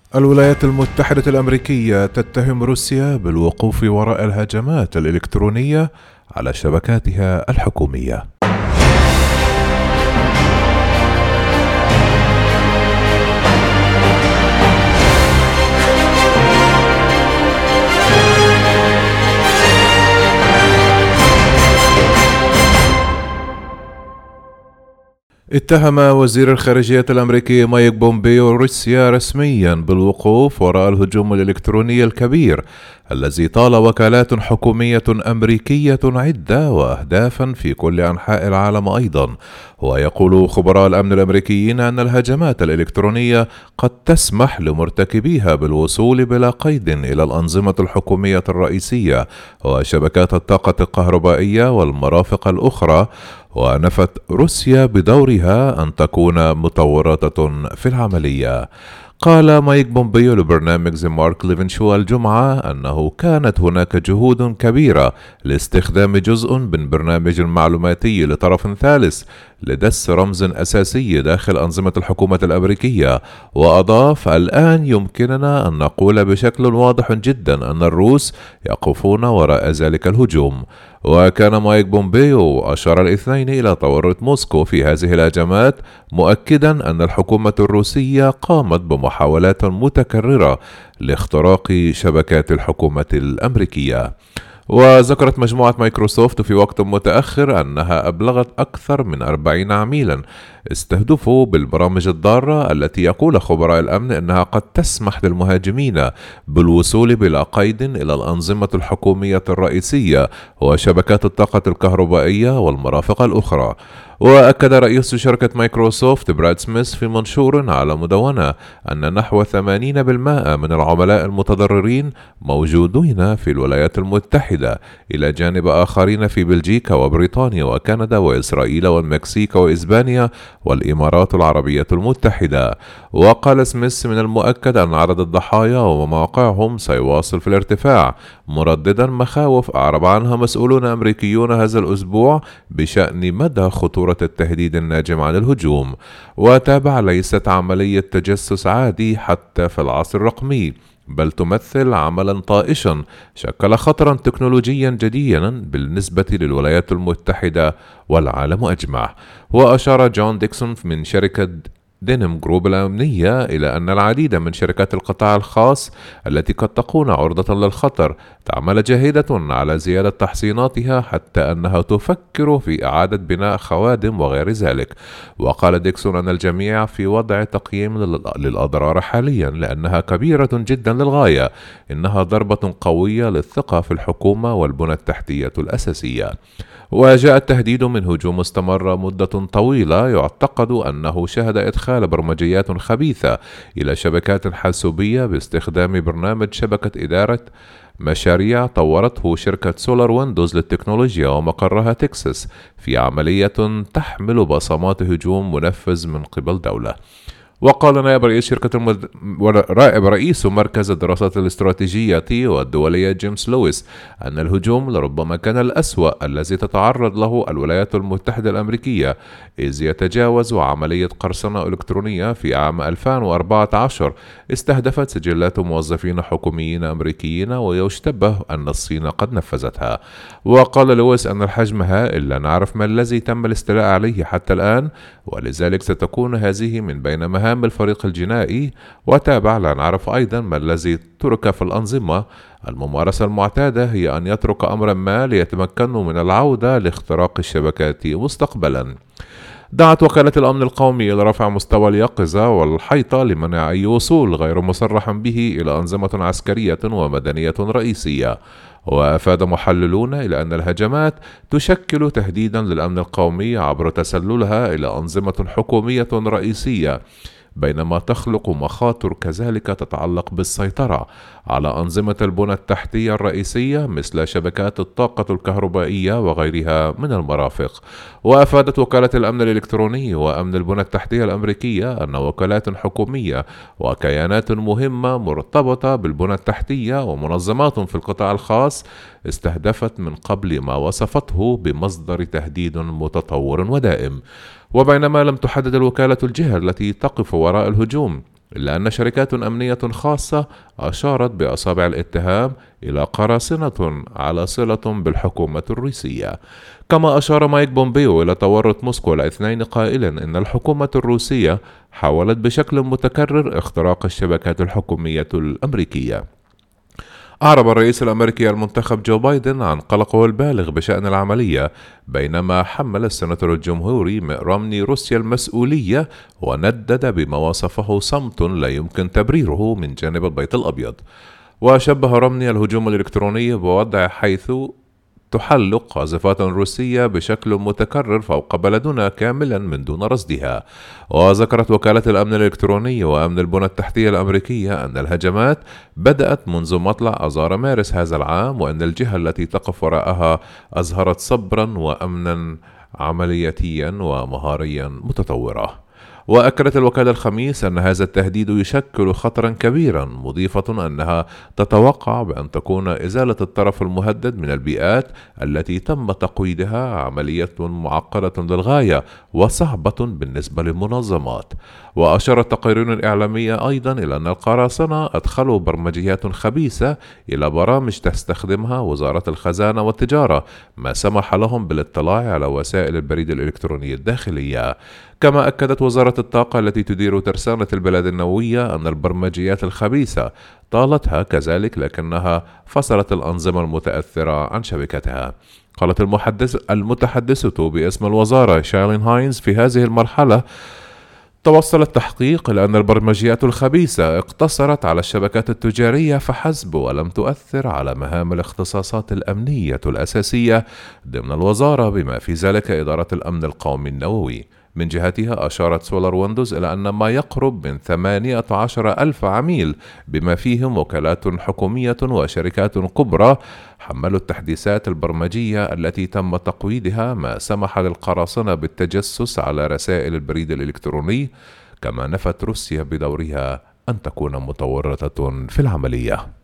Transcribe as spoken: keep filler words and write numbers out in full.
الولايات المتحدة الأمريكية تتهم روسيا بالوقوف وراء الهجمات الإلكترونية على شبكاتها الحكومية. اتهم وزير الخارجية الأمريكي مايك بومبيو روسيا رسميا بالوقوف وراء الهجوم الإلكتروني الكبير الذي طال وكالات حكومية أمريكية عدة وأهدافا في كل أنحاء العالم أيضا. ويقول خبراء الأمن الأمريكيين أن الهجمات الإلكترونية قد تسمح لمرتكبيها بالوصول بلا قيد إلى الأنظمة الحكومية الرئيسية وشبكات الطاقة الكهربائية والمرافق الأخرى. ونفت روسيا بدورها أن تكون مطورة في العملية. قال مايك بومبيو لبرنامج ذا مارك ليفن شو الجمعة أنه كانت هناك جهود كبيرة لاستخدام جزء من برنامج المعلوماتي لطرف ثالث لدس رمز أساسي داخل أنظمة الحكومة الأمريكية. وأضاف: الآن يمكننا أن نقول بشكل واضح جدا أن الروس يقفون وراء ذلك الهجوم. وكان مايك بومبيو أشار الاثنين إلى تورط موسكو في هذه الهجمات، مؤكدا أن الحكومة الروسية قامت بمحاولات متكررة لاختراق شبكات الحكومة الأمريكية. وذكرت مجموعة مايكروسوفت في وقت متأخر أنها أبلغت أكثر من أربعين عميلا استهدفوا بالبرامج الضارة التي يقول خبراء الأمن أنها قد تسمح للمهاجمين بالوصول بلا قيد إلى الأنظمة الحكومية الرئيسية وشبكات الطاقة الكهربائية والمرافق الأخرى. وأكد رئيس شركة مايكروسوفت براد سميث في منشور على مدونة أن نحو ثمانين بالمئة من العملاء المتضررين موجودين في الولايات المتحدة، إلى جانب آخرين في بلجيكا وبريطانيا وكندا وإسرائيل والمكسيك وإسبانيا والإمارات العربية المتحدة. وقال سميث: من المؤكد أن عدد الضحايا ومواقعهم سيواصل في الارتفاع، مرددا مخاوف أعرب عنها مسؤولون أمريكيون هذا الأسبوع بشأن مدى خطورة التهديد الناجم عن الهجوم. وتابع: ليست عملية تجسس عادي حتى في العصر الرقمي، بل تمثل عملا طائشا شكل خطرا تكنولوجيا جديدا بالنسبة للولايات المتحدة والعالم أجمع. وأشار جون ديكسون من شركة دينم جروب الأمنية إلى أن العديد من شركات القطاع الخاص التي قد تكون عرضة للخطر تعمل جاهدة على زيادة تحصيناتها، حتى أنها تفكر في إعادة بناء خوادم وغير ذلك. وقال ديكسون أن الجميع في وضع تقييم للأضرار حاليا لأنها كبيرة جدا للغاية، إنها ضربة قوية للثقة في الحكومة والبنى التحتية الأساسية. وجاء التهديد من هجوم استمر مدة طويلة يعتقد أنه شهد إدخال برمجيات خبيثة إلى شبكات حاسوبية باستخدام برنامج شبكة إدارة مشاريع طورته شركة سولار ويندوز للتكنولوجيا ومقرها تكساس، في عملية تحمل بصمات هجوم منفذ من قبل دولة. وقال نائب رئيس شركة المد... رائب رئيس مركز الدراسات الاستراتيجية والدولية جيمس لويس أن الهجوم لربما كان الأسوأ الذي تتعرض له الولايات المتحدة الأمريكية، إذ يتجاوز عملية قرصنة إلكترونية في عام ألفين وأربعة عشر استهدفت سجلات موظفين حكوميين أمريكيين ويشتبه أن الصين قد نفذتها. وقال لويس أن الحجم هائل، لا نعرف ما الذي تم الاستيلاء عليه حتى الآن، ولذلك ستكون هذه من بين مهام الفريق الجنائي. وتابع: لا نعرف أيضا ما الذي ترك في الأنظمة. الممارسة المعتادة هي أن يترك أمرا ما ليتمكنوا من العودة لاختراق الشبكات مستقبلا. دعت وكالة الأمن القومي إلى رفع مستوى اليقظة والحيطة لمنع أي وصول غير مصرح به إلى أنظمة عسكرية ومدنية رئيسية. وأفاد محللون إلى أن الهجمات تشكل تهديدا للأمن القومي عبر تسللها إلى أنظمة حكومية رئيسية، بينما تخلق مخاطر كذلك تتعلق بالسيطرة على أنظمة البنى التحتية الرئيسية مثل شبكات الطاقة الكهربائية وغيرها من المرافق. وأفادت وكالة الأمن الإلكتروني وأمن البنى التحتية الأمريكية أن وكالات حكومية وكيانات مهمة مرتبطة بالبنى التحتية ومنظمات في القطاع الخاص استهدفت من قبل ما وصفته بمصدر تهديد متطور ودائم. وبينما لم تحدد الوكالة الجهة التي تقف وراء الهجوم، إلا أن شركات أمنية خاصة أشارت بأصابع الاتهام إلى قراصنة على صلة بالحكومة الروسية. كما أشار مايك بومبيو إلى تورط موسكو الاثنين قائلا إن الحكومة الروسية حاولت بشكل متكرر اختراق الشبكات الحكومية الأمريكية. أعرب الرئيس الأمريكي المنتخب جو بايدن عن قلقه البالغ بشأن العملية، بينما حمل السناتور الجمهوري ميت رومني روسيا المسؤولية وندد بما وصفه صمت لا يمكن تبريره من جانب البيت الأبيض. وشبه رومني الهجوم الإلكتروني بوضع حيث تحلق قاذفات روسية بشكل متكرر فوق بلدنا كاملا من دون رصدها. وذكرت وكالة الأمن الإلكتروني وأمن البنى التحتية الأمريكية أن الهجمات بدأت منذ مطلع آذار مارس هذا العام، وأن الجهة التي تقف وراءها أظهرت صبرا وأمنا عملياتيا ومهاريا متطورة. وأكدت الوكالة الخميس أن هذا التهديد يشكل خطرا كبيرا، مضيفة أنها تتوقع بأن تكون إزالة الطرف المهدد من البيئات التي تم تقويضها عملية معقدة للغاية وصعبة بالنسبة للمنظمات. وأشارت تقارير إعلامية أيضا إلى أن القراصنة أدخلوا برمجيات خبيثة إلى برامج تستخدمها وزارة الخزانة والتجارة، ما سمح لهم بالاطلاع على وسائل البريد الإلكتروني الداخلية. كما أكدت وزارة الطاقة التي تدير ترسانة البلاد النووية أن البرمجيات الخبيثة طالتها كذلك، لكنها فصلت الأنظمة المتأثرة عن شبكتها. قالت المحدث المتحدثة باسم الوزارة شايلين هاينز: في هذه المرحلة توصل التحقيق إلى أن البرمجيات الخبيثة اقتصرت على الشبكات التجارية فحسب، ولم تؤثر على مهام الاختصاصات الأمنية الأساسية ضمن الوزارة، بما في ذلك إدارة الأمن القومي النووي. من جهتها أشارت سولار ويندوز إلى أن ما يقرب من ثمانية عشر ألف عميل بما فيهم وكالات حكومية وشركات كبرى حملوا التحديثات البرمجية التي تم تقويضها، ما سمح للقراصنة بالتجسس على رسائل البريد الإلكتروني. كما نفت روسيا بدورها أن تكون متورطة في العملية.